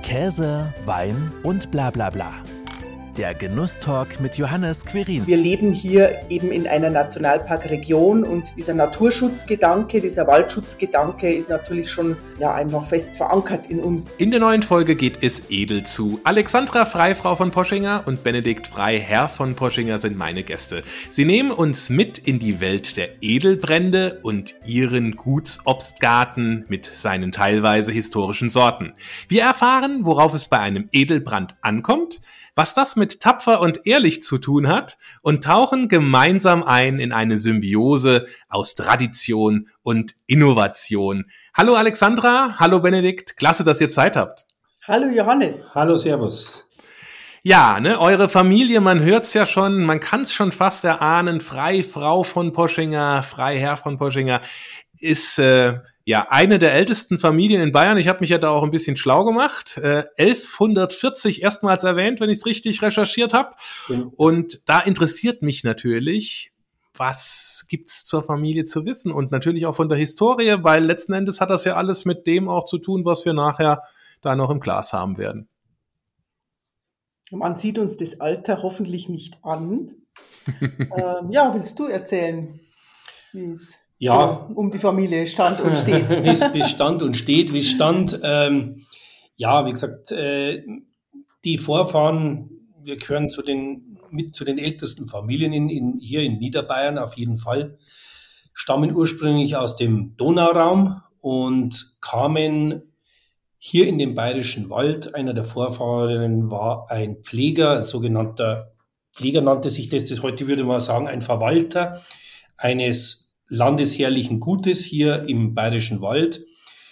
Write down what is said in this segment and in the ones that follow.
Käse, Wein und bla bla bla. Der Genusstalk mit Johannes Querin. Wir leben hier eben in einer Nationalparkregion und dieser Naturschutzgedanke, dieser Waldschutzgedanke ist natürlich schon einfach fest verankert in uns. In der neuen Folge geht es edel zu. Alexandra Frey, Frau von Poschinger, und Benedikt Frey, Herr von Poschinger, sind meine Gäste. Sie nehmen uns mit in die Welt der Edelbrände und ihren Gutsobstgarten mit seinen teilweise historischen Sorten. Wir erfahren, worauf es bei einem Edelbrand ankommt, was das mit tapfer und ehrlich zu tun hat, und tauchen gemeinsam ein in eine Symbiose aus Tradition und Innovation. Hallo Alexandra, hallo Benedikt, klasse, dass ihr Zeit habt. Hallo Johannes. Hallo, servus. Ja, eure Familie, man hört's ja schon, man kann's schon fast erahnen, Frey, Frau von Poschinger, Frey, Herr von Poschinger, ist eine der ältesten Familien in Bayern. Ich habe mich ja da auch ein bisschen schlau gemacht. 1140 erstmals erwähnt, wenn ich es richtig recherchiert habe. Und da interessiert mich natürlich, was gibt's zur Familie zu wissen? Und natürlich auch von der Historie, weil letzten Endes hat das ja alles mit dem auch zu tun, was wir nachher da noch im Glas haben werden. Man sieht uns das Alter hoffentlich nicht an. Willst du erzählen, wie es so um die Familie stand und steht? Wie stand und steht, wie stand. Wie gesagt, die Vorfahren, wir gehören zu den ältesten Familien hier in Niederbayern auf jeden Fall, stammen ursprünglich aus dem Donauraum und kamen hier in den Bayerischen Wald. Einer der Vorfahren war ein Pfleger, ein sogenannter Pfleger nannte sich das heute würde man sagen, ein Verwalter eines landesherrlichen Gutes hier im Bayerischen Wald,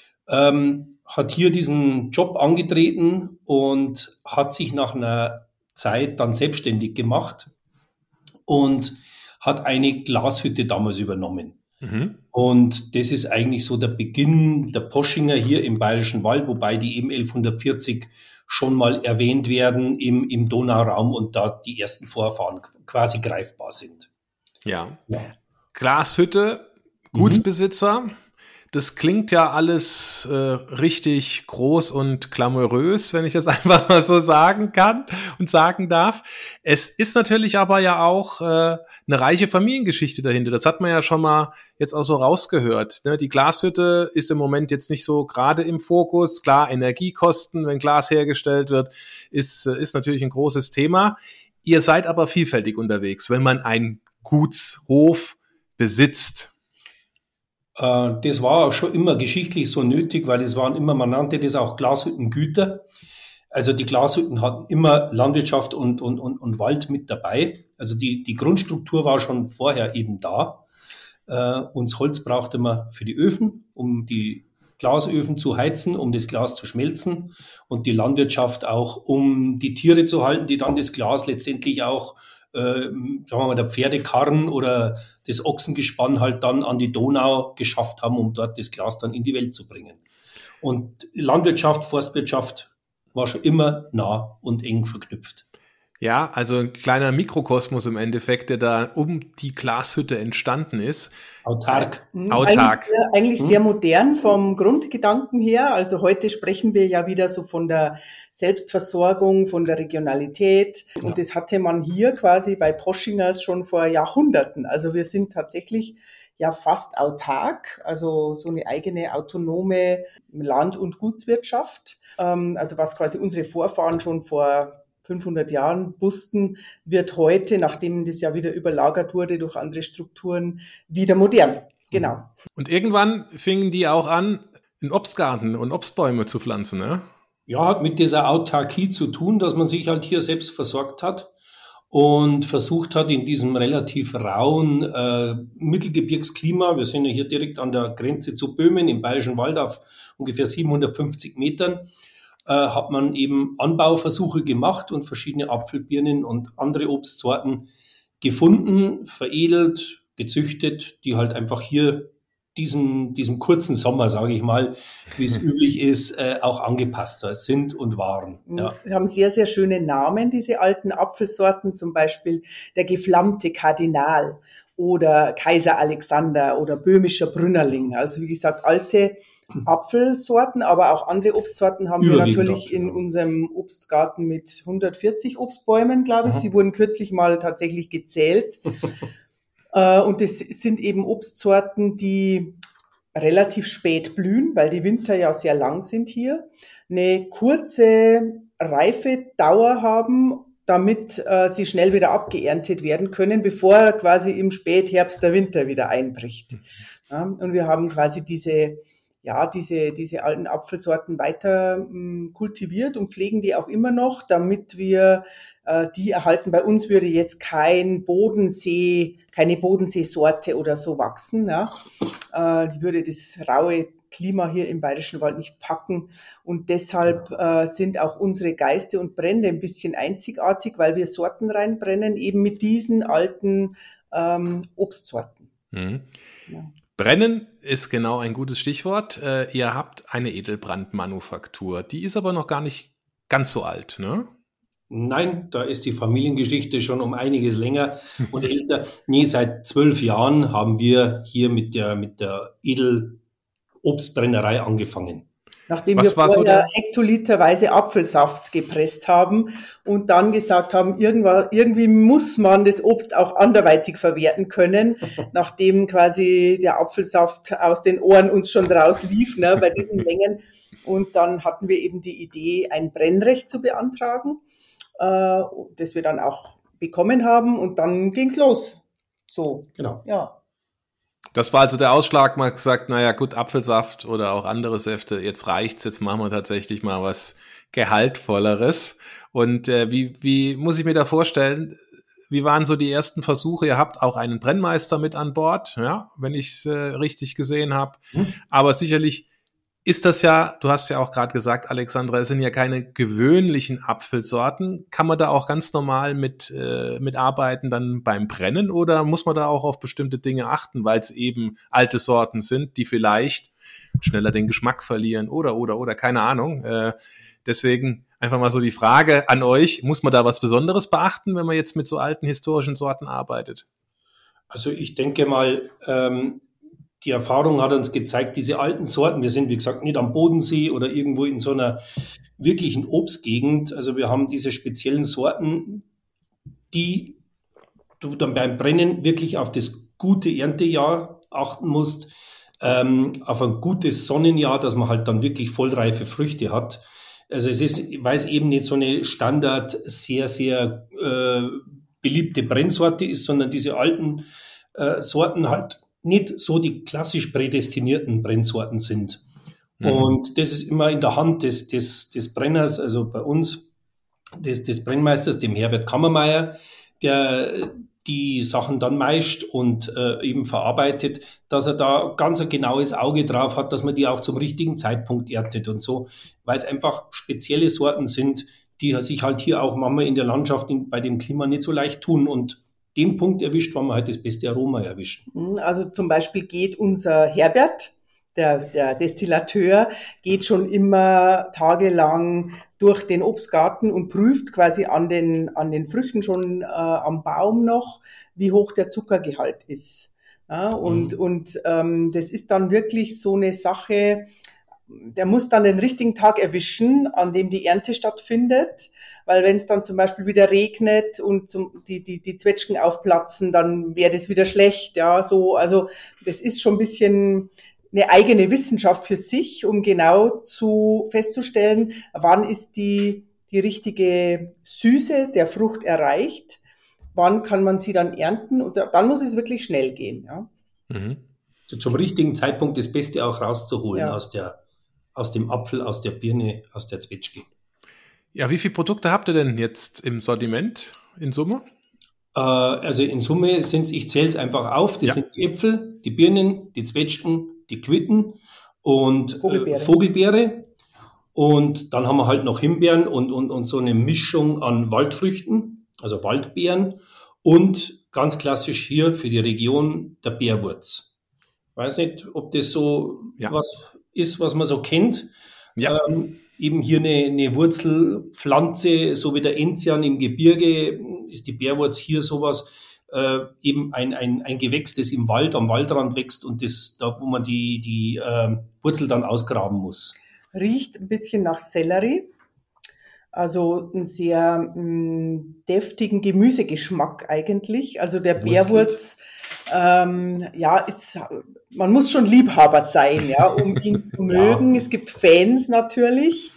hat hier diesen Job angetreten und hat sich nach einer Zeit dann selbstständig gemacht und hat eine Glashütte damals übernommen. Mhm. Und das ist eigentlich so der Beginn der Poschinger hier im Bayerischen Wald, wobei die eben 1140 schon mal erwähnt werden im Donauraum und da die ersten Vorfahren quasi greifbar sind. Ja. Glashütte, Gutsbesitzer, das klingt ja alles richtig groß und glamourös, wenn ich das einfach mal so sagen kann und sagen darf. Es ist natürlich aber ja auch eine reiche Familiengeschichte dahinter. Das hat man ja schon mal jetzt auch so rausgehört. Ne? Die Glashütte ist im Moment jetzt nicht so gerade im Fokus. Klar, Energiekosten, wenn Glas hergestellt wird, ist natürlich ein großes Thema. Ihr seid aber vielfältig unterwegs, wenn man einen Gutshof besitzt. Das war auch schon immer geschichtlich so nötig, weil es waren immer, man nannte das auch Glashüttengüter. Also die Glashütten hatten immer Landwirtschaft und Wald mit dabei. Also die Grundstruktur war schon vorher eben da. Und das Holz brauchte man für die Öfen, um die Glasöfen zu heizen, um das Glas zu schmelzen, und die Landwirtschaft auch, um die Tiere zu halten, die dann das Glas letztendlich auch sagen wir mal, der Pferdekarren oder das Ochsengespann halt dann an die Donau geschafft haben, um dort das Glas dann in die Welt zu bringen. Und Landwirtschaft, Forstwirtschaft war schon immer nah und eng verknüpft. Ja, also ein kleiner Mikrokosmos im Endeffekt, der da um die Glashütte entstanden ist. Autark. Eigentlich sehr modern vom Grundgedanken her. Also heute sprechen wir ja wieder so von der Selbstversorgung, von der Regionalität. Ja. Und das hatte man hier quasi bei Poschingers schon vor Jahrhunderten. Also wir sind tatsächlich ja fast autark, also so eine eigene autonome Land- und Gutswirtschaft. Also was quasi unsere Vorfahren schon vor 500 Jahren wussten, wird heute, nachdem das ja wieder überlagert wurde durch andere Strukturen, wieder modern. Genau. Und irgendwann fingen die auch an, einen Obstgarten und Obstbäume zu pflanzen, ne? Ja, hat mit dieser Autarkie zu tun, dass man sich halt hier selbst versorgt hat und versucht hat, in diesem relativ rauen Mittelgebirgsklima, wir sind ja hier direkt an der Grenze zu Böhmen im Bayerischen Wald auf ungefähr 750 Metern, hat man eben Anbauversuche gemacht und verschiedene Apfelbirnen und andere Obstsorten gefunden, veredelt, gezüchtet, die halt einfach hier diesem kurzen Sommer, sage ich mal, wie es üblich ist, auch angepasst sind und waren. Ja. Sie haben sehr, sehr schöne Namen, diese alten Apfelsorten, zum Beispiel der geflammte Kardinal oder Kaiser Alexander oder böhmischer Brünnerling. Also wie gesagt, alte Apfelsorten, aber auch andere Obstsorten haben wir natürlich in unserem Obstgarten mit 140 Obstbäumen, glaube ich. Sie wurden kürzlich mal tatsächlich gezählt. Und das sind eben Obstsorten, die relativ spät blühen, weil die Winter ja sehr lang sind hier, eine kurze Reifedauer haben, damit sie schnell wieder abgeerntet werden können, bevor quasi im Spätherbst der Winter wieder einbricht. Ja, und wir haben quasi diese alten Apfelsorten weiter kultiviert und pflegen die auch immer noch, damit wir die erhalten. Bei uns würde jetzt keine Bodenseesorte oder so wachsen. Ja. Die würde das raue Klima hier im Bayerischen Wald nicht packen. Und deshalb sind auch unsere Geiste und Brände ein bisschen einzigartig, weil wir Sorten reinbrennen, eben mit diesen alten Obstsorten. Mhm. Ja. Brennen ist genau ein gutes Stichwort. Ihr habt eine Edelbrandmanufaktur. Die ist aber noch gar nicht ganz so alt, ne? Nein, da ist die Familiengeschichte schon um einiges länger und älter. Nee, seit 12 Jahren haben wir hier mit der Edelobstbrennerei angefangen. Nachdem wir vorher hektoliterweise Apfelsaft gepresst haben und dann gesagt haben, irgendwie muss man das Obst auch anderweitig verwerten können, nachdem quasi der Apfelsaft aus den Ohren uns schon rauslief, ne, bei diesen Mengen. Und dann hatten wir eben die Idee, ein Brennrecht zu beantragen, das wir dann auch bekommen haben und dann ging's los. So, genau. Ja. Das war also der Ausschlag, mal gesagt, naja gut, Apfelsaft oder auch andere Säfte, jetzt reicht's, jetzt machen wir tatsächlich mal was Gehaltvolleres. Und wie muss ich mir da vorstellen, wie waren so die ersten Versuche? Ihr habt auch einen Brennmeister mit an Bord, ja, wenn ich es richtig gesehen habe. Aber sicherlich ist das ja, du hast ja auch gerade gesagt, Alexandra, es sind ja keine gewöhnlichen Apfelsorten. Kann man da auch ganz normal mit arbeiten dann beim Brennen oder muss man da auch auf bestimmte Dinge achten, weil es eben alte Sorten sind, die vielleicht schneller den Geschmack verlieren oder keine Ahnung. Deswegen einfach mal so die Frage an euch, muss man da was Besonderes beachten, wenn man jetzt mit so alten historischen Sorten arbeitet? Also ich denke mal, die Erfahrung hat uns gezeigt, diese alten Sorten, wir sind, wie gesagt, nicht am Bodensee oder irgendwo in so einer wirklichen Obstgegend. Also wir haben diese speziellen Sorten, die du dann beim Brennen wirklich auf das gute Erntejahr achten musst, auf ein gutes Sonnenjahr, dass man halt dann wirklich vollreife Früchte hat. Also es ist, weil es eben nicht so eine Standard, sehr, sehr beliebte Brennsorte ist, sondern diese alten Sorten halt nicht so die klassisch prädestinierten Brennsorten sind. Und das ist immer in der Hand des Brenners, also bei uns, des Brennmeisters, dem Herbert Kammermeier, der die Sachen dann meischt und eben verarbeitet, dass er da ganz ein genaues Auge drauf hat, dass man die auch zum richtigen Zeitpunkt erntet und so, weil es einfach spezielle Sorten sind, die sich halt hier auch manchmal in der Landschaft bei dem Klima nicht so leicht tun und den Punkt erwischt, wann man halt das beste Aroma erwischt. Also zum Beispiel geht unser Herbert, der Destillateur, geht schon immer tagelang durch den Obstgarten und prüft quasi an den Früchten schon am Baum noch, wie hoch der Zuckergehalt ist. Ja, und das ist dann wirklich so eine Sache, der muss dann den richtigen Tag erwischen, an dem die Ernte stattfindet, weil wenn es dann zum Beispiel wieder regnet und die Zwetschgen aufplatzen, dann wäre das wieder schlecht, ja, so, also das ist schon ein bisschen eine eigene Wissenschaft für sich, um genau festzustellen, wann ist die richtige Süße der Frucht erreicht, wann kann man sie dann ernten und dann muss es wirklich schnell gehen, ja. Zum richtigen Zeitpunkt das Beste auch rauszuholen, ja, aus dem Apfel, aus der Birne, aus der Zwetschge. Ja, wie viele Produkte habt ihr denn jetzt im Sortiment in Summe? Also in Summe ich zähle es einfach auf, das sind die Äpfel, die Birnen, die Zwetschgen, die Quitten und Vogelbeere. Und dann haben wir halt noch Himbeeren und so eine Mischung an Waldfrüchten, also Waldbeeren und ganz klassisch hier für die Region der Bärwurz. Ich weiß nicht, ob das so was ist, was man so kennt. Ja. Eben hier eine Wurzelpflanze, so wie der Enzian im Gebirge, ist die Bärwurz hier sowas, eben ein Gewächs, das am Waldrand wächst und da, wo man die Wurzel dann ausgraben muss. Riecht ein bisschen nach Sellerie. Also einen sehr deftigen Gemüsegeschmack eigentlich. Also der Bärwurz, man muss schon Liebhaber sein, ja, um ihn zu mögen. Es gibt Fans natürlich.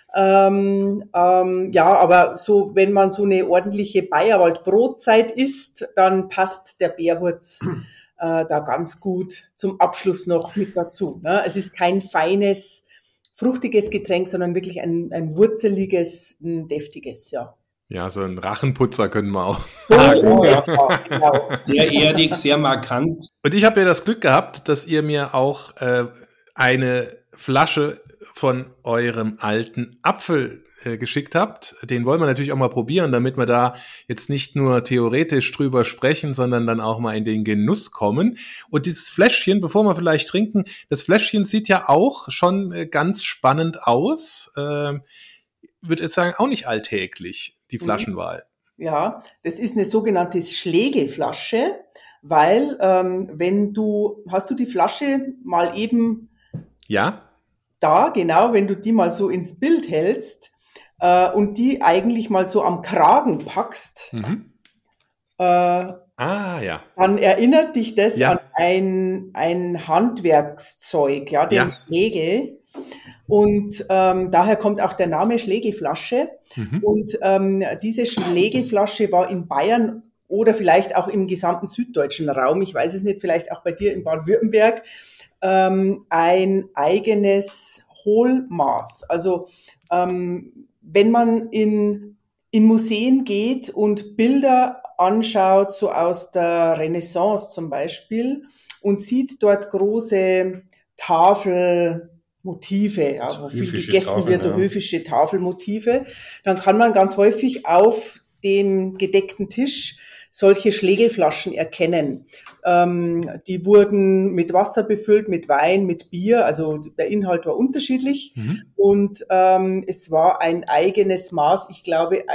Aber so, wenn man so eine ordentliche Bayerwald-Brotzeit isst, dann passt der Bärwurz da ganz gut zum Abschluss noch mit dazu. Ne? Es ist kein feines, fruchtiges Getränk, sondern wirklich ein wurzeliges, deftiges, ja. Ja, so ein Rachenputzer können wir auch sagen. Genau. Sehr erdig, sehr markant. Und ich habe ja das Glück gehabt, dass ihr mir auch eine Flasche von eurem alten Apfel geschickt habt. Den wollen wir natürlich auch mal probieren, damit wir da jetzt nicht nur theoretisch drüber sprechen, sondern dann auch mal in den Genuss kommen. Und dieses Fläschchen, bevor wir vielleicht trinken, das Fläschchen sieht ja auch schon ganz spannend aus. Würde ich sagen, auch nicht alltäglich, die Flaschenwahl. Ja, das ist eine sogenannte Schlegelflasche, weil hast du die Flasche mal eben da, genau, wenn du die mal so ins Bild hältst, und die eigentlich mal so am Kragen packst, dann erinnert dich das an ein Handwerkszeug, ja, den Schlegel. Und daher kommt auch der Name Schlegelflasche. Und diese Schlegelflasche war in Bayern oder vielleicht auch im gesamten süddeutschen Raum, ich weiß es nicht, vielleicht auch bei dir in Baden-Württemberg, ein eigenes Hohlmaß. Also wenn man in Museen geht und Bilder anschaut, so aus der Renaissance zum Beispiel, und sieht dort große Tafelmotive, ja, wo viel gegessen wird, so höfische Tafelmotive, dann kann man ganz häufig auf dem gedeckten Tisch solche Schlegelflaschen erkennen. Die wurden mit Wasser befüllt, mit Wein, mit Bier, also der Inhalt war unterschiedlich. Und es war ein eigenes Maß, ich glaube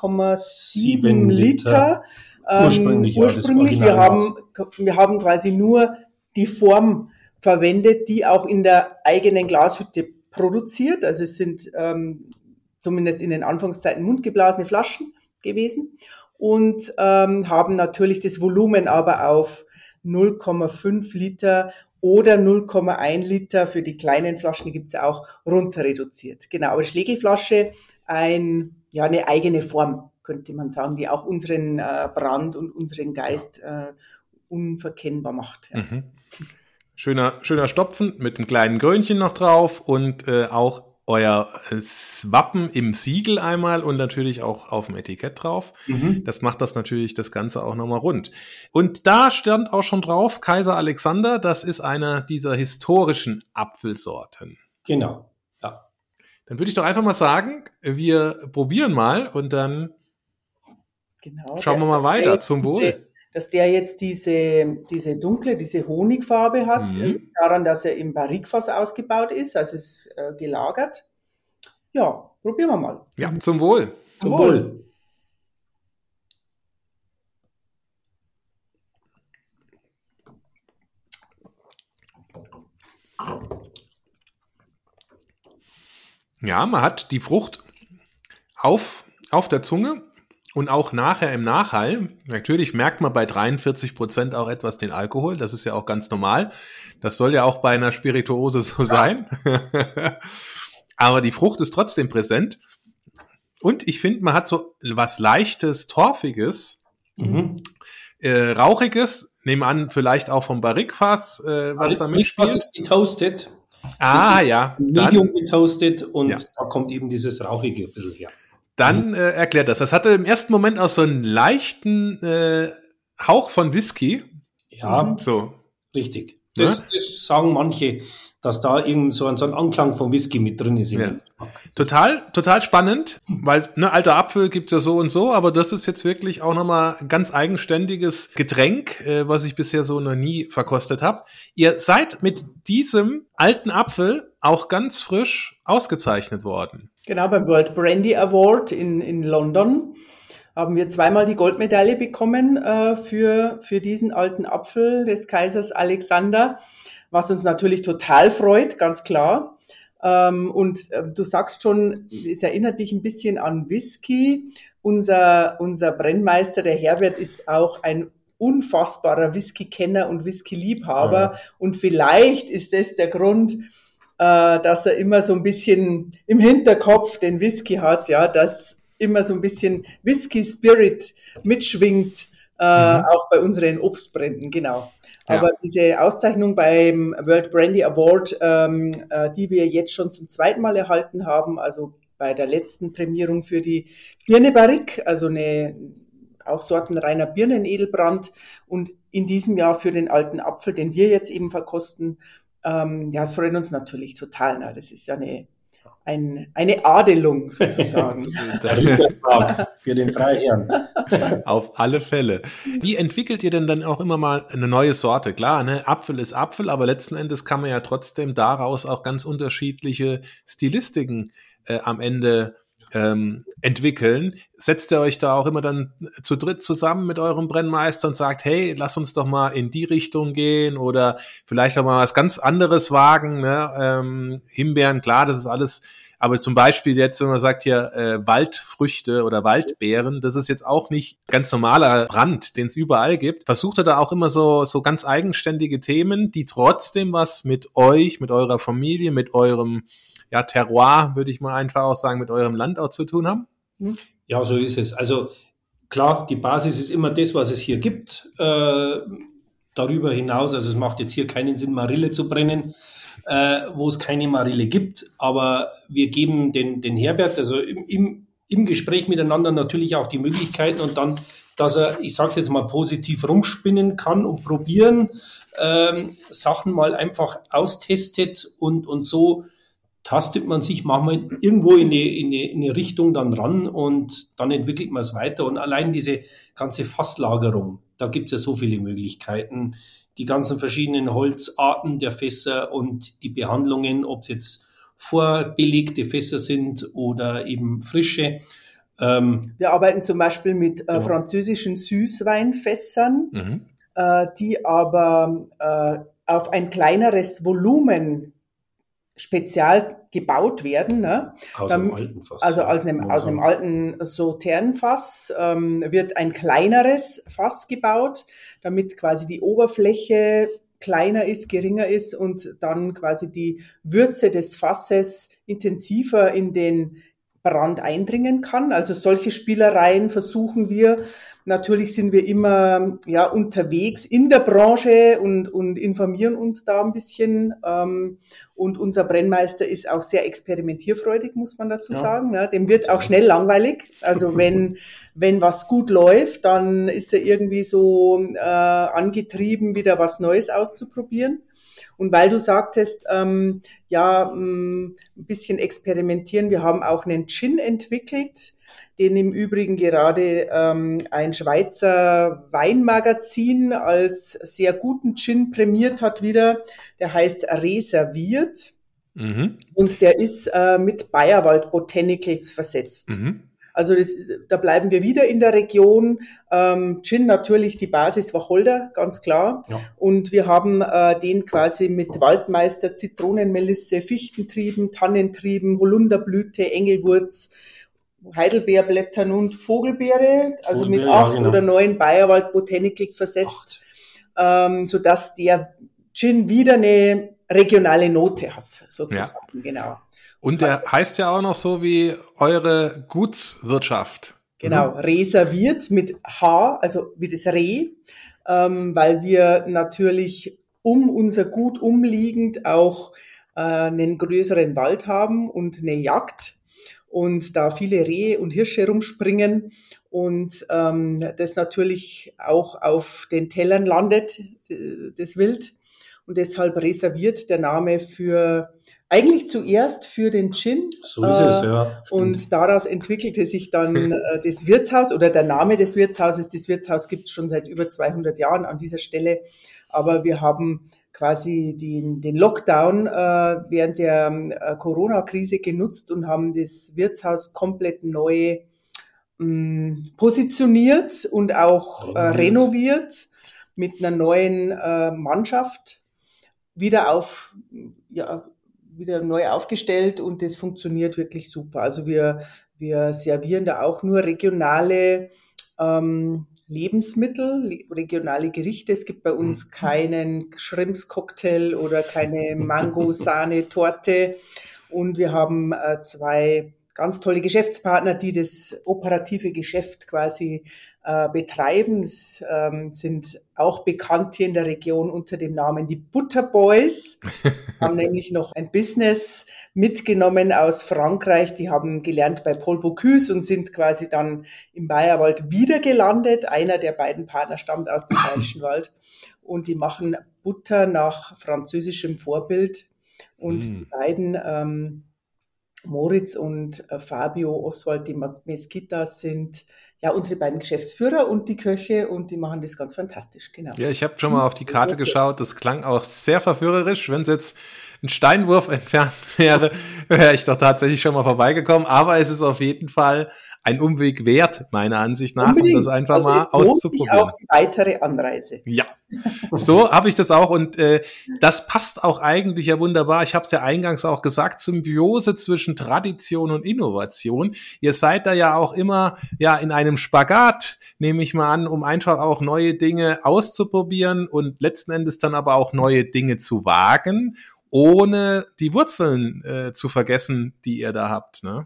1,7 Liter. Ursprünglich. Wir haben quasi nur die Form verwendet, die auch in der eigenen Glashütte produziert. Also es sind zumindest in den Anfangszeiten mundgeblasene Flaschen gewesen. Und haben natürlich das Volumen aber auf 0,5 Liter oder 0,1 Liter für die kleinen Flaschen, die gibt's auch, runter reduziert. Genau, aber Schlegelflasche, eine eigene Form, könnte man sagen, die auch unseren Brand und unseren Geist unverkennbar macht. Ja. Schöner Stopfen mit einem kleinen Krönchen noch drauf und auch euer Wappen im Siegel einmal und natürlich auch auf dem Etikett drauf. Das macht das natürlich das Ganze auch nochmal rund. Und da stand auch schon drauf, Kaiser Alexander, das ist einer dieser historischen Apfelsorten. Genau, ja. Dann würde ich doch einfach mal sagen, wir probieren mal und dann schauen wir mal weiter. Zum Wohl. Dass der jetzt diese Honigfarbe hat, daran, dass er im Barrikfass ausgebaut ist, also es ist gelagert. Ja, probieren wir mal. Ja, zum Wohl. Zum Wohl. Ja, man hat die Frucht auf der Zunge. Und auch nachher im Nachhall, natürlich merkt man bei 43% auch etwas den Alkohol, das ist ja auch ganz normal. Das soll ja auch bei einer Spirituose so sein. Aber die Frucht ist trotzdem präsent. Und ich finde, man hat so was Leichtes, Torfiges, Rauchiges, nehme an, vielleicht auch vom Barrikfass, was da mitspielt. Das ist getoastet. Medium getoastet und da kommt eben dieses Rauchige ein bisschen her. Dann erklärt das. Das hatte im ersten Moment auch so einen leichten Hauch von Whisky. Ja, so. Richtig. Das sagen manche, dass da irgend so ein Anklang von Whisky mit drin ist. Ja. Total spannend, weil alter Apfel gibt's ja so und so, aber das ist jetzt wirklich auch nochmal ein ganz eigenständiges Getränk, was ich bisher so noch nie verkostet habe. Ihr seid mit diesem alten Apfel auch ganz frisch ausgezeichnet worden. Genau, beim World Brandy Award in London haben wir zweimal die Goldmedaille bekommen für diesen alten Apfel des Kaisers Alexander, was uns natürlich total freut, ganz klar. Du sagst schon, es erinnert dich ein bisschen an Whisky. Unser Brennmeister, der Herbert, ist auch ein unfassbarer Whisky-Kenner und Whisky-Liebhaber. Ja. Und vielleicht ist das der Grund, dass er immer so ein bisschen im Hinterkopf den Whisky hat, ja, dass immer so ein bisschen Whisky-Spirit mitschwingt, auch bei unseren Obstbränden, genau. Ja. Aber diese Auszeichnung beim World Brandy Award, die wir jetzt schon zum zweiten Mal erhalten haben, also bei der letzten Prämierung für die Birne Barrique, also auch sortenreiner Birnenedelbrand, und in diesem Jahr für den alten Apfel, den wir jetzt eben verkosten. Es freut uns natürlich total. Ne? Das ist ja eine Adelung sozusagen. Für den Freiherrn. Auf alle Fälle. Wie entwickelt ihr denn dann auch immer mal eine neue Sorte? Klar, ne? Apfel ist Apfel, aber letzten Endes kann man ja trotzdem daraus auch ganz unterschiedliche Stilistiken am Ende entwickeln. Setzt ihr euch da auch immer dann zu dritt zusammen mit eurem Brennmeister und sagt, hey, lass uns doch mal in die Richtung gehen oder vielleicht auch mal was ganz anderes wagen, ne? Himbeeren, klar, das ist alles, aber zum Beispiel jetzt, wenn man sagt hier Waldfrüchte oder Waldbeeren, das ist jetzt auch nicht ganz normaler Brand, den es überall gibt. Versucht ihr da auch immer so ganz eigenständige Themen, die trotzdem was mit euch, mit eurer Familie, mit eurem Terroir, würde ich mal einfach auch sagen, mit eurem Land auch zu tun haben? Ja, so ist es. Also klar, die Basis ist immer das, was es hier gibt. Darüber hinaus, also es macht jetzt hier keinen Sinn, Marille zu brennen, wo es keine Marille gibt. Aber wir geben den Herbert, also im Gespräch miteinander natürlich auch die Möglichkeiten und dann, dass er, ich sage es jetzt mal, positiv rumspinnen kann und probieren, Sachen mal einfach austestet und so tastet man sich manchmal irgendwo in eine Richtung dann ran und dann entwickelt man es weiter. Und allein diese ganze Fasslagerung, da gibt es ja so viele Möglichkeiten. Die ganzen verschiedenen Holzarten der Fässer und die Behandlungen, ob es jetzt vorbelegte Fässer sind oder eben frische. Wir arbeiten zum Beispiel mit französischen Süßweinfässern, die aber auf ein kleineres Volumen spezial gebaut werden. Ne? Aus einem alten Fass. Also aus einem alten Sauternfass wird ein kleineres Fass gebaut, damit quasi die Oberfläche kleiner ist, geringer ist und dann quasi die Würze des Fasses intensiver in den Brand eindringen kann. Also solche Spielereien versuchen wir. Natürlich sind wir immer unterwegs in der Branche und informieren uns da ein bisschen. Und unser Brennmeister ist auch sehr experimentierfreudig, muss man dazu sagen. Ne? Dem wird auch schnell langweilig. Also wenn was gut läuft, dann ist er irgendwie so angetrieben, wieder was Neues auszuprobieren. Und weil du sagtest, ein bisschen experimentieren, wir haben auch einen Gin entwickelt, den im Übrigen gerade ein Schweizer Weinmagazin als sehr guten Gin prämiert hat wieder. Der heißt Reserviert und der ist mit Bayerwald Botanicals versetzt. Also da bleiben wir wieder in der Region. Gin natürlich, die Basis Wacholder, ganz klar. Ja. Und wir haben den quasi mit Waldmeister, Zitronenmelisse, Fichtentrieben, Tannentrieben, Holunderblüte, Engelwurz, Heidelbeerblättern und Vogelbeere, also mit 8 oder 9 Bayerwald Botanicals versetzt, sodass der Gin wieder eine regionale Note hat, sozusagen, genau. Und der heißt ja auch noch so wie eure Gutswirtschaft. Genau, reserviert mit H, also wie das Reh, weil wir natürlich um unser Gut umliegend auch einen größeren Wald haben und eine Jagd und da viele Rehe und Hirsche rumspringen und das natürlich auch auf den Tellern landet, das Wild. Und deshalb reserviert der Name eigentlich zuerst für den Gin. So ist es, ja. Und daraus entwickelte sich dann das Wirtshaus oder der Name des Wirtshauses. Das Wirtshaus gibt es schon seit über 200 Jahren an dieser Stelle. Aber wir haben quasi den Lockdown während der Corona-Krise genutzt und haben das Wirtshaus komplett neu positioniert und auch renoviert mit einer neuen Mannschaft wieder neu aufgestellt, und das funktioniert wirklich super. Also wir servieren da auch nur regionale Lebensmittel, regionale Gerichte. Es gibt bei uns keinen Shrimps-Cocktail oder keine Mango-Sahne-Torte, und wir haben 2 ganz tolle Geschäftspartner, die das operative Geschäft quasi betreiben. Es sind auch bekannt hier in der Region unter dem Namen die Butter Boys. Haben nämlich noch ein Business mitgenommen aus Frankreich. Die haben gelernt bei Paul Bocuse und sind quasi dann im Bayerwald wieder gelandet. Einer der beiden Partner stammt aus dem Bayerischen Wald, und die machen Butter nach französischem Vorbild. Und die beiden, Moritz und Fabio Oswald de Mesquita, sind ja unsere beiden Geschäftsführer und die Köche, und die machen das ganz fantastisch, genau. Ja, ich habe schon mal auf die Karte geschaut, das klang auch sehr verführerisch. Wenn es jetzt ein Steinwurf entfernt wäre, wäre ich doch tatsächlich schon mal vorbeigekommen, aber es ist auf jeden Fall ein Umweg wert, meiner Ansicht nach, um das einfach mal auszuprobieren. Es lohnt sich auch die weitere Anreise. Ja, so habe ich das auch, und das passt auch eigentlich ja wunderbar. Ich habe es ja eingangs auch gesagt, Symbiose zwischen Tradition und Innovation. Ihr seid da ja auch immer in einem Spagat, nehme ich mal an, um einfach auch neue Dinge auszuprobieren und letzten Endes dann aber auch neue Dinge zu wagen, ohne die Wurzeln zu vergessen, die ihr da habt, ne?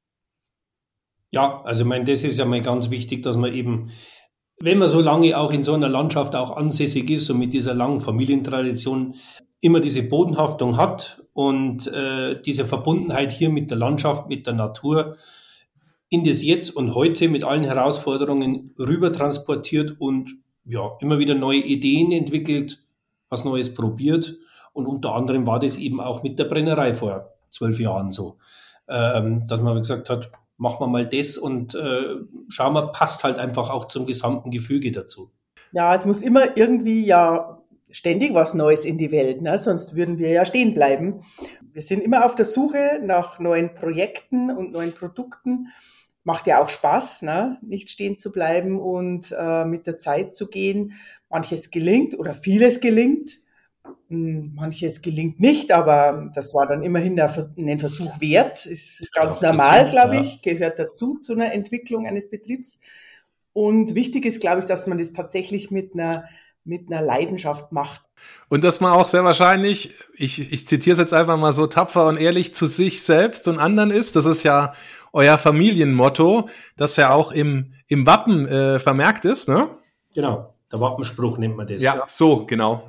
Ja, also ich meine, das ist ja mal ganz wichtig, dass man eben, wenn man so lange auch in so einer Landschaft auch ansässig ist und mit dieser langen Familientradition immer diese Bodenhaftung hat und diese Verbundenheit hier mit der Landschaft, mit der Natur in das Jetzt und Heute mit allen Herausforderungen rüber transportiert und ja, immer wieder neue Ideen entwickelt, was Neues probiert. Und unter anderem war das eben auch mit der Brennerei vor 12 Jahren so, dass man gesagt hat, machen wir mal das und schauen wir, passt halt einfach auch zum gesamten Gefüge dazu. Ja, es muss immer irgendwie ständig was Neues in die Welt, ne? Sonst würden wir ja stehen bleiben. Wir sind immer auf der Suche nach neuen Projekten und neuen Produkten. Macht ja auch Spaß, ne? Nicht stehen zu bleiben und mit der Zeit zu gehen. Manches gelingt oder vieles gelingt. Manches gelingt nicht, aber das war dann immerhin einen Versuch wert. Ist ganz normal, glaube ich, gehört dazu zu einer Entwicklung eines Betriebs. Und wichtig ist, glaube ich, dass man das tatsächlich mit einer Leidenschaft macht. Und dass man auch sehr wahrscheinlich, ich zitiere es jetzt einfach mal so, tapfer und ehrlich zu sich selbst und anderen ist. Das ist ja euer Familienmotto, das ja auch im Wappen vermerkt ist, ne? Genau, der Wappenspruch nennt man das. Ja, so, genau.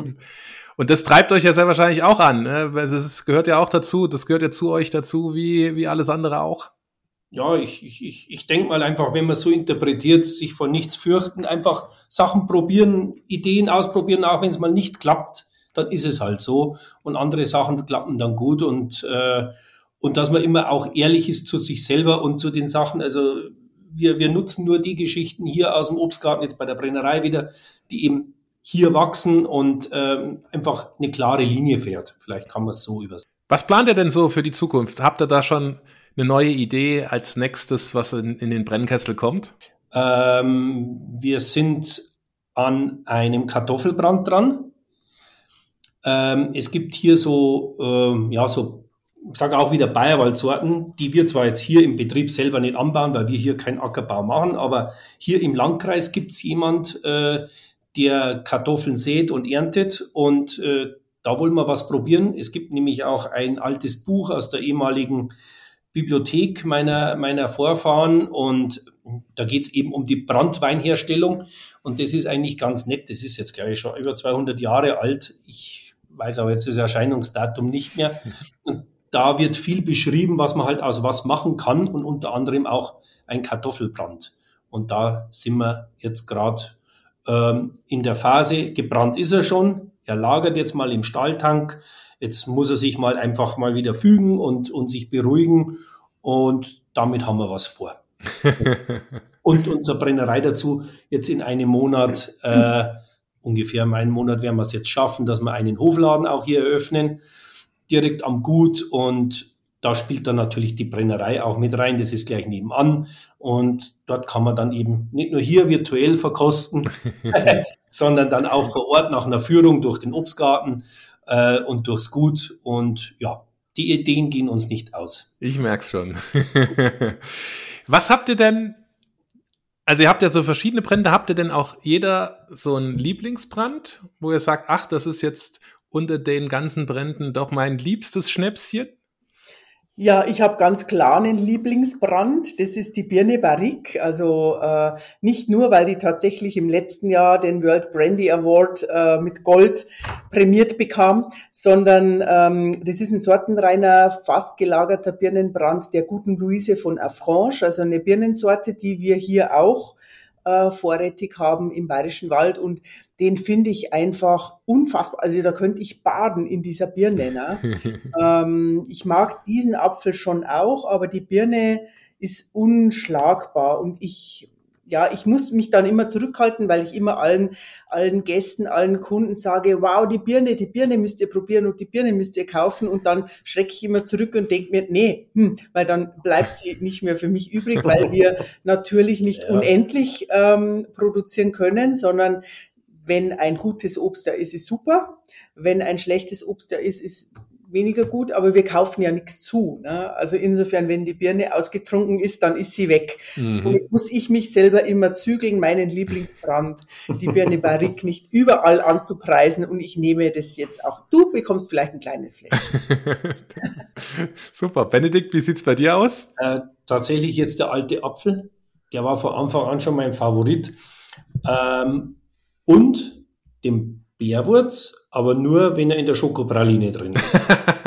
Und das treibt euch ja sehr wahrscheinlich auch an, ne? Das gehört ja auch dazu, das gehört ja zu euch dazu, wie alles andere auch. Ja, ich denke mal einfach, wenn man so interpretiert, sich vor nichts fürchten, einfach Sachen probieren, Ideen ausprobieren, auch wenn es mal nicht klappt, dann ist es halt so. Und andere Sachen klappen dann gut und dass man immer auch ehrlich ist zu sich selber und zu den Sachen. Also wir nutzen nur die Geschichten hier aus dem Obstgarten, jetzt bei der Brennerei wieder, die eben hier wachsen und einfach eine klare Linie fährt. Vielleicht kann man es so übersetzen. Was plant ihr denn so für die Zukunft? Habt ihr da schon eine neue Idee als nächstes, was in den Brennkessel kommt? Wir sind an einem Kartoffelbrand dran. Es gibt hier so, ich sage auch wieder Bayerwaldsorten, die wir zwar jetzt hier im Betrieb selber nicht anbauen, weil wir hier keinen Ackerbau machen, aber hier im Landkreis gibt es jemand, der Kartoffeln sät und erntet, und da wollen wir was probieren. Es gibt nämlich auch ein altes Buch aus der ehemaligen Bibliothek meiner Vorfahren, und da geht es eben um die Branntweinherstellung, und das ist eigentlich ganz nett. Das ist jetzt, glaube ich, schon über 200 Jahre alt. Ich weiß aber jetzt das Erscheinungsdatum nicht mehr. Und da wird viel beschrieben, was man halt aus was machen kann, und unter anderem auch ein Kartoffelbrand. Und da sind wir jetzt gerade in der Phase. Gebrannt ist er schon. Er lagert jetzt mal im Stahltank. Jetzt muss er sich mal einfach mal wieder fügen und sich beruhigen, und damit haben wir was vor. Und unsere Brennerei dazu jetzt in einem Monat, ungefähr in einem Monat werden wir es jetzt schaffen, dass wir einen Hofladen auch hier eröffnen, direkt am Gut, und da spielt dann natürlich die Brennerei auch mit rein, das ist gleich nebenan und dort kann man dann eben nicht nur hier virtuell verkosten, sondern dann auch vor Ort nach einer Führung durch den Obstgarten und durchs Gut und ja, die Ideen gehen uns nicht aus. Ich merk's schon. Was habt ihr denn, also ihr habt ja so verschiedene Brände, habt ihr denn auch jeder so einen Lieblingsbrand, wo ihr sagt, ach, das ist jetzt unter den ganzen Bränden doch mein liebstes Schnäpschen? Ja, ich habe ganz klar einen Lieblingsbrand. Das ist die Birne Barrique. Also nicht nur, weil die tatsächlich im letzten Jahr den World Brandy Award mit Gold prämiert bekam, sondern das ist ein sortenreiner, fast gelagerter Birnenbrand der guten Louise von Affranche, also eine Birnensorte, die wir hier auch vorrätig haben im Bayerischen Wald und den finde ich einfach unfassbar. Also da könnte ich baden in dieser Birne. Ne? Ich mag diesen Apfel schon auch, aber die Birne ist unschlagbar. Und ich muss mich dann immer zurückhalten, weil ich immer allen Gästen, allen Kunden sage, wow, die Birne müsst ihr probieren und die Birne müsst ihr kaufen. Und dann schrecke ich immer zurück und denke mir, nee, weil dann bleibt sie nicht mehr für mich übrig, weil wir natürlich nicht unendlich produzieren können, sondern wenn ein gutes Obst da ist, ist super. Wenn ein schlechtes Obst da ist weniger gut, aber wir kaufen ja nichts zu. Ne? Also insofern, wenn die Birne ausgetrunken ist, dann ist sie weg. Somit muss ich mich selber immer zügeln, meinen Lieblingsbrand, die Birne Barrique, nicht überall anzupreisen und ich nehme das jetzt auch. Du bekommst vielleicht ein kleines Fläschchen. Super. Benedikt, wie sieht's bei dir aus? Tatsächlich jetzt der alte Apfel. Der war von Anfang an schon mein Favorit. Und dem Bärwurz, aber nur, wenn er in der Schokopraline drin ist.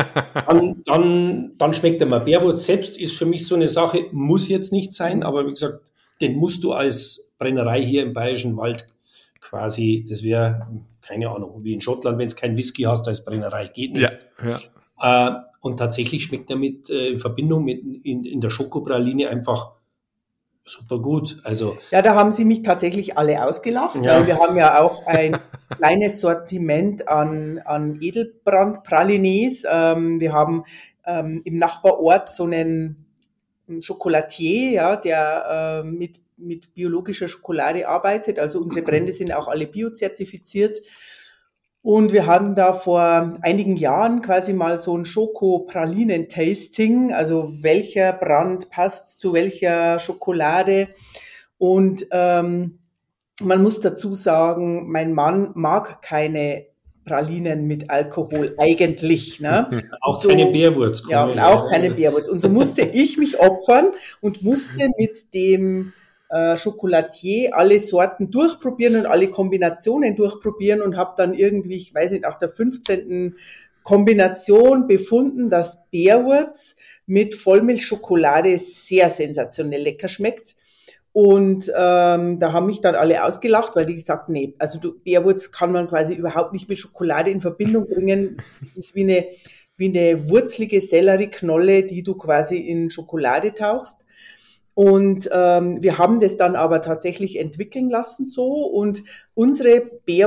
Dann schmeckt er mal. Bärwurz selbst ist für mich so eine Sache, muss jetzt nicht sein, aber wie gesagt, den musst du als Brennerei hier im Bayerischen Wald quasi, das wäre, keine Ahnung, wie in Schottland, wenn es kein Whisky hast als Brennerei, geht nicht. Ja. Und tatsächlich schmeckt er in Verbindung mit in der Schokopraline einfach super gut. Also ja, da haben sie mich tatsächlich alle ausgelacht, weil wir haben ja auch ein kleines Sortiment an Edelbrand-Pralines. Wir haben im Nachbarort so einen Chocolatier, ja, der mit biologischer Schokolade arbeitet. Also unsere Brände sind auch alle biozertifiziert. Und wir hatten da vor einigen Jahren quasi mal so ein Schokopralinen-Tasting, also welcher Brand passt zu welcher Schokolade. Und man muss dazu sagen, mein Mann mag keine Pralinen mit Alkohol eigentlich. Ne? Auch so, keine Bärwurz. Ja, und auch keine Bärwurz. Und so musste ich mich opfern und musste mit dem Chocolatier alle Sorten durchprobieren und alle Kombinationen durchprobieren und habe dann irgendwie, ich weiß nicht, nach der 15. Kombination befunden, dass Bärwurz mit Vollmilchschokolade sehr sensationell lecker schmeckt. Und da haben mich dann alle ausgelacht, weil die gesagt, nee, also Bärwurz kann man quasi überhaupt nicht mit Schokolade in Verbindung bringen. Es ist wie eine wurzelige Sellerieknolle, die du quasi in Schokolade tauchst. Und wir haben das dann aber tatsächlich entwickeln lassen so und unsere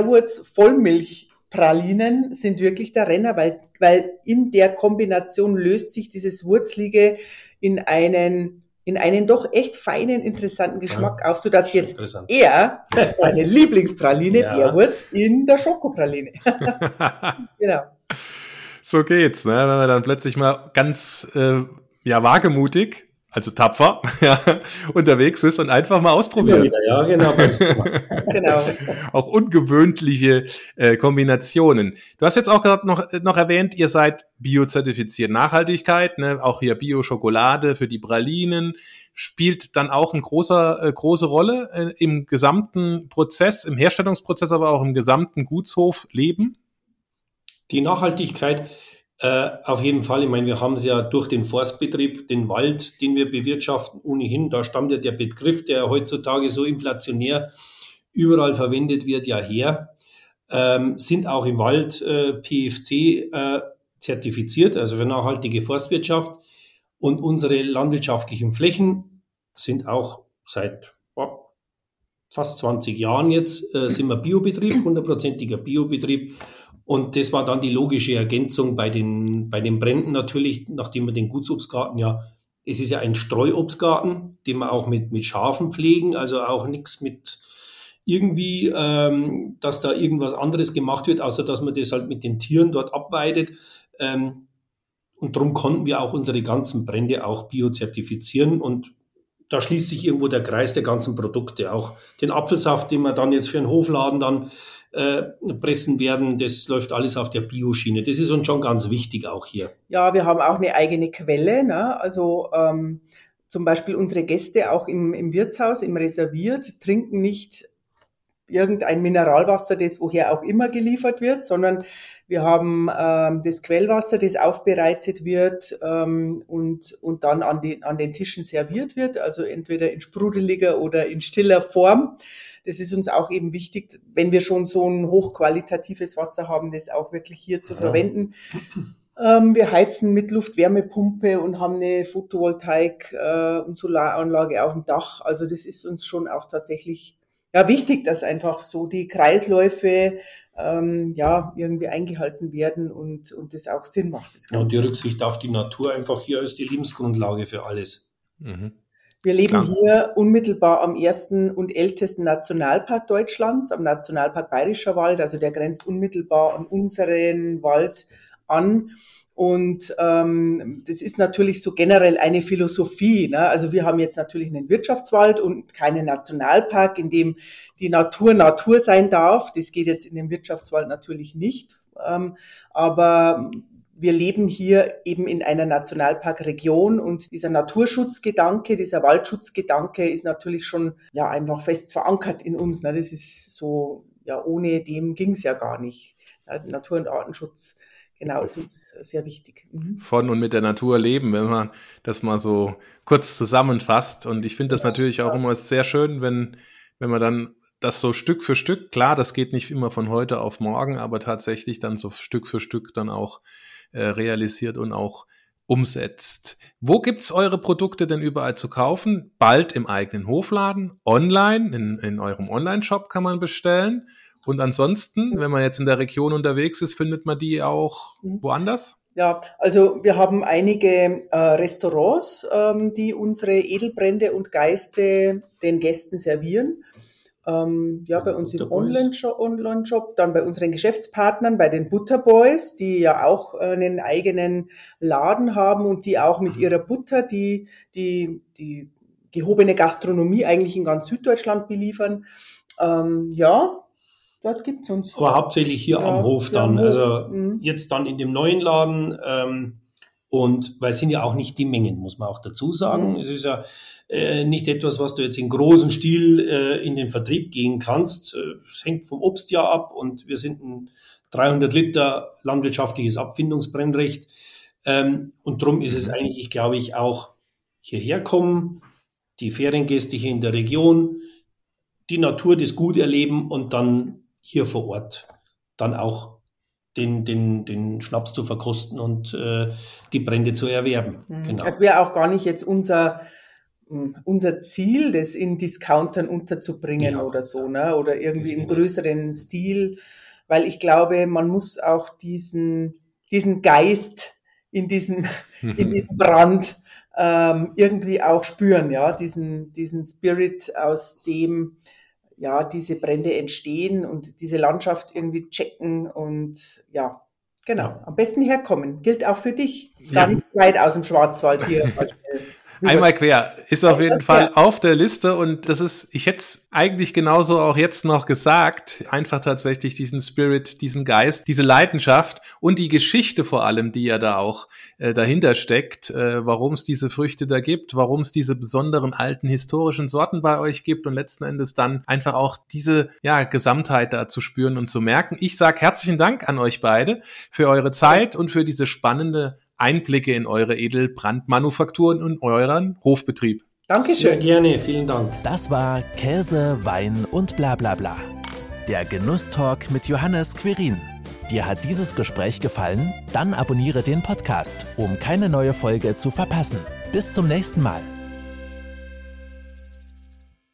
Bärwurz-Vollmilchpralinen sind wirklich der Renner, weil in der Kombination löst sich dieses Wurzelige in einen doch echt feinen, interessanten Geschmack auf, sodass jetzt er seine Lieblingspraline Bärwurz in der Schokopraline. Genau. So geht's, ne? Wenn man dann plötzlich mal ganz wagemutig, also tapfer, unterwegs ist und einfach mal ausprobiert. Ja, genau. Genau. Auch ungewöhnliche Kombinationen. Du hast jetzt auch gerade noch erwähnt, ihr seid biozertifiziert. Nachhaltigkeit, ne? Auch hier Bio-Schokolade für die Pralinen spielt dann auch eine große Rolle im gesamten Prozess, im Herstellungsprozess, aber auch im gesamten Gutshofleben. Die Nachhaltigkeit auf jeden Fall. Ich meine, wir haben es ja durch den Forstbetrieb, den Wald, den wir bewirtschaften, ohnehin, da stammt ja der Begriff, der heutzutage so inflationär überall verwendet wird, ja her, sind auch im Wald PEFC zertifiziert, also für nachhaltige Forstwirtschaft. Und unsere landwirtschaftlichen Flächen sind auch seit fast 20 Jahren jetzt, sind wir Biobetrieb, 100%iger Biobetrieb. Und das war dann die logische Ergänzung bei den Bränden natürlich, nachdem wir den Gutsobstgarten es ist ja ein Streuobstgarten, den wir auch mit Schafen pflegen, also auch nichts mit irgendwie, dass da irgendwas anderes gemacht wird, außer dass man das halt mit den Tieren dort abweidet. Und darum konnten wir auch unsere ganzen Brände auch biozertifizieren und da schließt sich irgendwo der Kreis der ganzen Produkte. Auch den Apfelsaft, den wir dann jetzt für einen Hofladen dann pressen werden, das läuft alles auf der Bioschiene. Das ist uns schon ganz wichtig auch hier. Ja, wir haben auch eine eigene Quelle, ne? Also zum Beispiel unsere Gäste auch im Wirtshaus, im Reserviert, trinken nicht irgendein Mineralwasser, das woher auch immer geliefert wird, sondern wir haben das Quellwasser, das aufbereitet wird und dann an den Tischen serviert wird, also entweder in sprudeliger oder in stiller Form. Das ist uns auch eben wichtig, wenn wir schon so ein hochqualitatives Wasser haben, das auch wirklich hier zu verwenden. Wir heizen mit Luftwärmepumpe und haben eine Photovoltaik- und Solaranlage auf dem Dach. Also das ist uns schon auch tatsächlich wichtig, dass einfach so die Kreisläufe irgendwie eingehalten werden und das auch Sinn macht. Und die Rücksicht auf die Natur einfach hier als die Lebensgrundlage für alles. Mhm. Wir leben hier unmittelbar am ersten und ältesten Nationalpark Deutschlands, am Nationalpark Bayerischer Wald, also der grenzt unmittelbar an unseren Wald an. Und das ist natürlich so generell eine Philosophie, ne? Also wir haben jetzt natürlich einen Wirtschaftswald und keinen Nationalpark, in dem die Natur Natur sein darf. Das geht jetzt in dem Wirtschaftswald natürlich nicht. Aber wir leben hier eben in einer Nationalparkregion und dieser Naturschutzgedanke, dieser Waldschutzgedanke ist natürlich schon einfach fest verankert in uns, ne? Das ist so, ohne dem ging's ja gar nicht. Natur- und Artenschutz. Genau, es ist sehr wichtig. Von und mit der Natur leben, wenn man das mal so kurz zusammenfasst. Und ich finde das natürlich auch immer sehr schön, wenn man dann das so Stück für Stück, klar, das geht nicht immer von heute auf morgen, aber tatsächlich dann so Stück für Stück dann auch realisiert und auch umsetzt. Wo gibt's eure Produkte denn überall zu kaufen? Bald im eigenen Hofladen, online, in eurem Online-Shop kann man bestellen. Und ansonsten, wenn man jetzt in der Region unterwegs ist, findet man die auch woanders? Ja, also wir haben einige Restaurants, die unsere Edelbrände und Geiste den Gästen servieren. Bei uns im Online-Shop, dann bei unseren Geschäftspartnern, bei den Butterboys, die ja auch einen eigenen Laden haben und die auch mit ihrer Butter die gehobene Gastronomie eigentlich in ganz Süddeutschland beliefern. Dort gibt's uns. Aber hauptsächlich hier am Hof dann. Also jetzt dann in dem neuen Laden. Und weil es sind ja auch nicht die Mengen, muss man auch dazu sagen. Es ist ja nicht etwas, was du jetzt in großem Stil in den Vertrieb gehen kannst. Es hängt vom Obstjahr ab und wir sind ein 300 Liter landwirtschaftliches Abfindungsbrennrecht. Und darum ist es eigentlich, glaube ich, auch hierher kommen, die Feriengäste hier in der Region, die Natur, das gut erleben und dann hier vor Ort dann auch den Schnaps zu verkosten und die Brände zu erwerben. Genau. Es wäre auch gar nicht jetzt unser Ziel, das in Discountern unterzubringen oder so, ne? Oder irgendwie im größeren Stil, weil ich glaube, man muss auch diesen Geist in diesem Brand irgendwie auch spüren, diesen Spirit, aus dem diese Brände entstehen und diese Landschaft irgendwie checken und genau. Am besten herkommen. Gilt auch für dich. Ist gar nicht so weit aus dem Schwarzwald hier. Einmal quer ist auf jeden Fall auf der Liste und das ist, ich hätte es eigentlich genauso auch jetzt noch gesagt, einfach tatsächlich diesen Spirit, diesen Geist, diese Leidenschaft und die Geschichte vor allem, die ja da auch dahinter steckt, warum es diese Früchte da gibt, warum es diese besonderen alten historischen Sorten bei euch gibt und letzten Endes dann einfach auch diese Gesamtheit da zu spüren und zu merken. Ich sage herzlichen Dank an euch beide für eure Zeit und für diese spannende Einblicke in eure Edelbrandmanufakturen und euren Hofbetrieb. Dankeschön. Sehr gerne, vielen Dank. Das war Käse, Wein und bla bla bla. Der Genusstalk mit Johannes Quirin. Dir hat dieses Gespräch gefallen? Dann abonniere den Podcast, um keine neue Folge zu verpassen. Bis zum nächsten Mal.